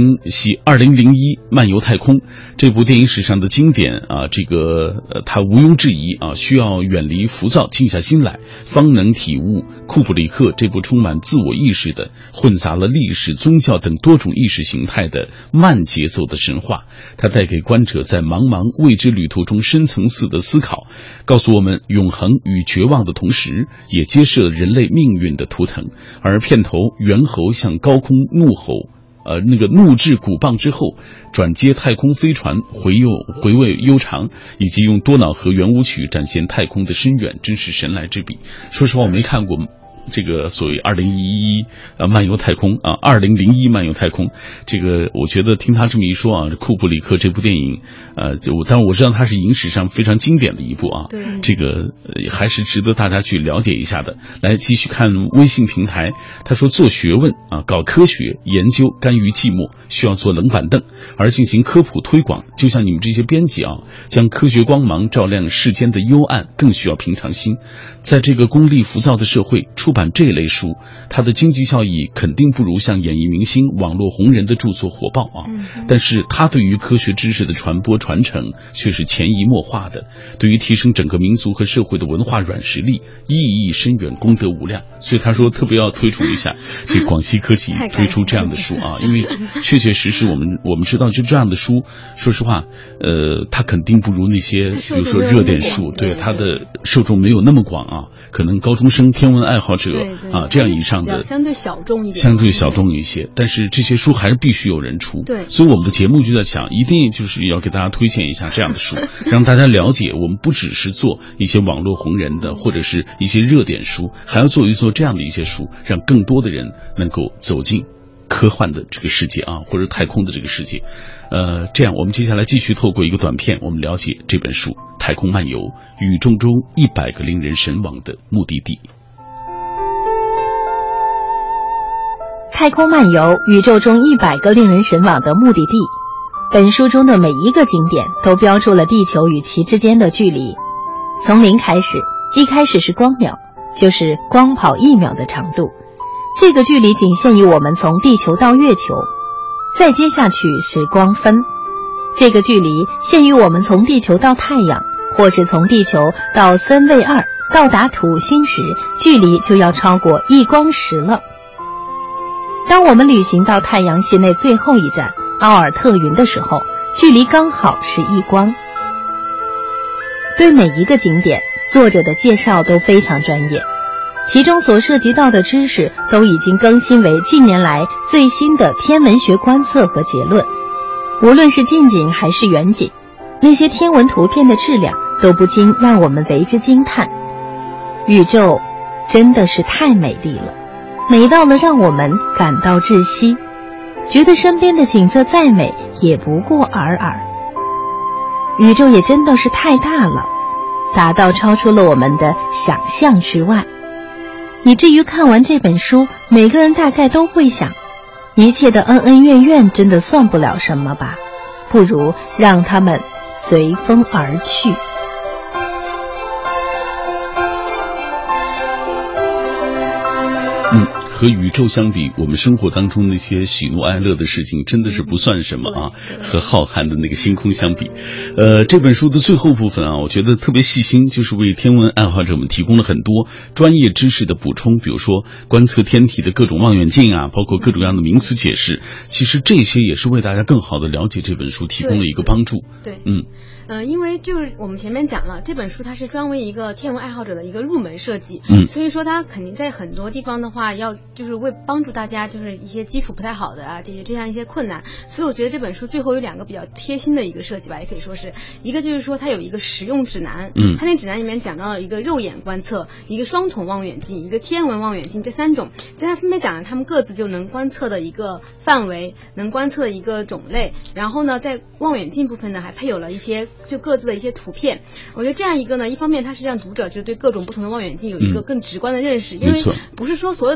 2001漫游太空这部电影史上的经典啊，这个他毋庸置疑啊，需要远离浮躁，静下心来，方能体悟库布里克这部充满自我意识的、混杂了历史、宗教等多种意识形态的慢节奏的神话。它带给观者在茫茫未知旅途中深层次的思考，告诉我们永恒与绝望的同时，也揭示了人类命运的图腾。而片头猿猴向高空怒吼，怒掷鼓棒之后，转接太空飞船回味悠长，以及用多瑙河圆舞曲展现太空的深远，真是神来之笔。说实话，我没看过这个所谓2001漫游太空啊，2001漫游太空，这个我觉得听他这么一说啊，库布里克这部电影，当然我知道它是影史上非常经典的一部啊，对，这个还是值得大家去了解一下的。来继续看微信平台，他说做学问啊，搞科学研究甘于寂寞，需要做冷板凳，而进行科普推广，就像你们这些编辑啊，将科学光芒照亮世间的幽暗，更需要平常心。在这个功利浮躁的社会，出版这类书，它的经济效益肯定不如像演艺明星、网络红人的著作火爆啊。但是它对于科学知识的传播传承却是潜移默化的，对于提升整个民族和社会的文化软实力意义深远，功德无量。所以他说特别要推崇一下这广西科技推出这样的书啊，因为确确实实我们知道，就这样的书，说实话，它肯定不如那些比如说热点书，对它的受众没有那么广啊，可能高中生、天文爱好者啊这样以上的相对小众一点， 相对小众一些，但是这些书还是必须有人出。对，所以我们的节目就在想，一定就是要给大家推荐一下这样的书，让大家了解我们不只是做一些网络红人的或者是一些热点书，还要做一做这样的一些书，让更多的人能够走进科幻的这个世界啊，或者太空的这个世界。这样我们接下来继续透过一个短片，我们了解这本书《太空漫游：宇宙中100个令人神往的目的地》。 太空漫游：宇宙中100个令人神往的目的地。本书中的每一个景点都标注了地球与其之间的距离，从零开始，一开始是光秒，就是光跑1秒的长度，这个距离仅限于我们从地球到月球。再接下去是光分，这个距离限于我们从地球到太阳，或是从地球到3位2，到达土星时，距离就要超过1光时了。当我们旅行到太阳系内最后一站奥尔特云的时候，距离刚好是1光。对每一个景点，作者的介绍都非常专业，其中所涉及到的知识都已经更新为近年来最新的天文学观测和结论。无论是近景还是远景，那些天文图片的质量都不禁让我们为之惊叹。宇宙真的是太美丽了，美到了让我们感到窒息，觉得身边的景色再美也不过尔尔。宇宙也真的是太大了，大到超出了我们的想象之外，以至于看完这本书，每个人大概都会想，一切的恩恩怨怨真的算不了什么吧，不如让他们随风而去。 和宇宙相比，我们生活当中那些喜怒哀乐的事情真的是不算什么啊，和浩瀚的那个星空相比。这本书的最后部分啊，我觉得特别细心，就是为天文爱好者们提供了很多专业知识的补充，比如说观测天体的各种望远镜啊，包括各种各样的名词解释，其实这些也是为大家更好的了解这本书提供了一个帮助。 对，因为就是我们前面讲了，这本书它是专为一个天文爱好者的一个入门设计，所以说它肯定在很多地方的话，要就是为帮助大家就是一些基础不太好的啊，这样一些困难，所以我觉得这本书最后有2个比较贴心的一个设计吧，也可以说是一个就是说它有一个实用指南，它那个指南里面讲到了一个肉眼观测、一个双筒望远镜、一个天文望远镜这3种，在它分别讲了它们各自就能观测的一个范围，能观测的一个种类，然后呢，在望远镜部分呢还配有了一些就各自的一些图片。我觉得这样一个呢，一方面它是让读者就对各种不同的望远镜有一个更直观的认识，因为不是说所有的人都见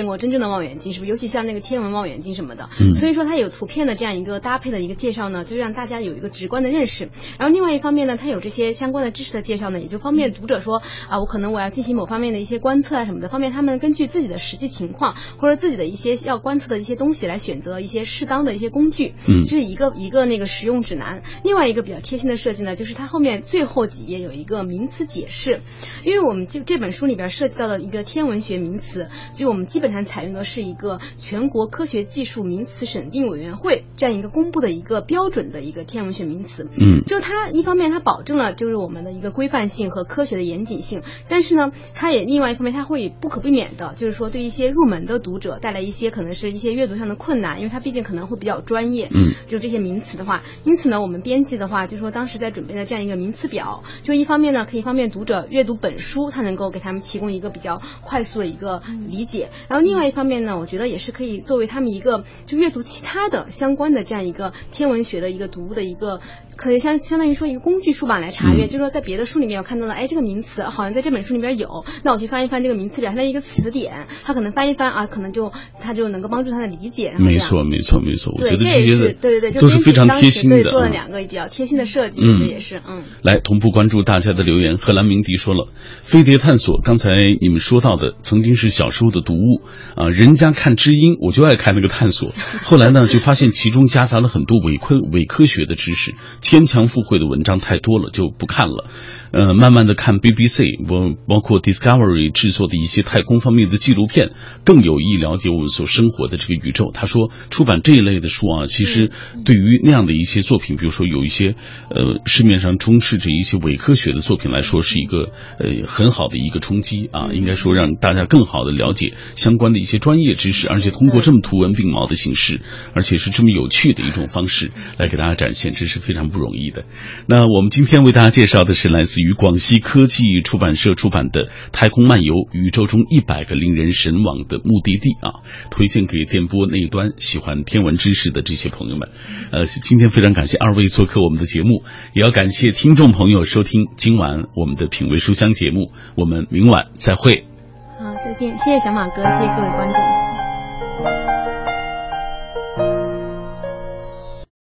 见过真正的望远镜，是不是？尤其像那个天文望远镜什么的，所以说它有图片的这样一个搭配的一个介绍呢，就让大家有一个直观的认识。然后另外一方面呢，它有这些相关的知识的介绍呢，也就方便读者说我要进行某方面的一些观测啊什么的，方便他们根据自己的实际情况或者自己的一些要观测的一些东西来选择一些适当的一些工具。这是一个那个实用指南。另外一个比较贴心的设计呢，就是它后面最后几页有一个名词解释，因为我们这本书里边涉及到的一个天文学名词，就我们基本上采用的是一个全国科学技术名词审定委员会这样一个公布的一个标准的一个天文学名词。就它一方面它保证了就是我们的一个规范性和科学的严谨性，但是呢，它也另外一方面它会不可避免的，就是说对一些入门的读者带来一些可能是一些阅读上的困难，因为它毕竟可能会比较专业。就这些名词的话，因此呢，我们编辑的话，就是说当时在准备的这样一个名词表，就一方面呢，可以方便读者阅读本书，它能够给他们提供一个比较快速的一个理解。然后另外一方面呢，我觉得也是可以作为他们一个就阅读其他的相关的这样一个天文学的一个读物的一个。可以相当于说一个工具书吧来查阅，就是说在别的书里面我看到了，这个名词好像在这本书里边有，那我去翻一翻这个名词表，它的一个词典，它可能翻一翻啊，可能它就能够帮助他的理解。然后没错，我觉得这些对， 都是非常贴心的， 对，做了2个比较贴心的设计，这也是来同步关注大家的留言。荷兰鸣笛说了，飞碟探索，刚才你们说到的曾经是小时候的读物啊，人家看知音，我就爱看那个探索，后来呢就发现其中夹杂了很多伪科学的知识。牵强附会的文章太多了，就不看了。慢慢的看 BBC， 包括 Discovery 制作的一些太空方面的纪录片，更有意了解我们所生活的这个宇宙。他说，出版这一类的书啊，其实对于那样的一些作品，比如说有一些市面上充斥着一些伪科学的作品来说，是一个很好的一个冲击啊。应该说让大家更好的了解相关的一些专业知识，而且通过这么图文并茂的形式，而且是这么有趣的一种方式来给大家展现，这是非常不容易的。那我们今天为大家介绍的是来自于广西科技出版社出版的《太空漫游：宇宙中100个令人神往的目的地》啊，推荐给电波那一端喜欢天文知识的这些朋友们。今天非常感谢2位做客我们的节目，也要感谢听众朋友收听今晚我们的品味书香节目，我们明晚再会。 好，再见，谢谢小马哥，谢谢各位观众。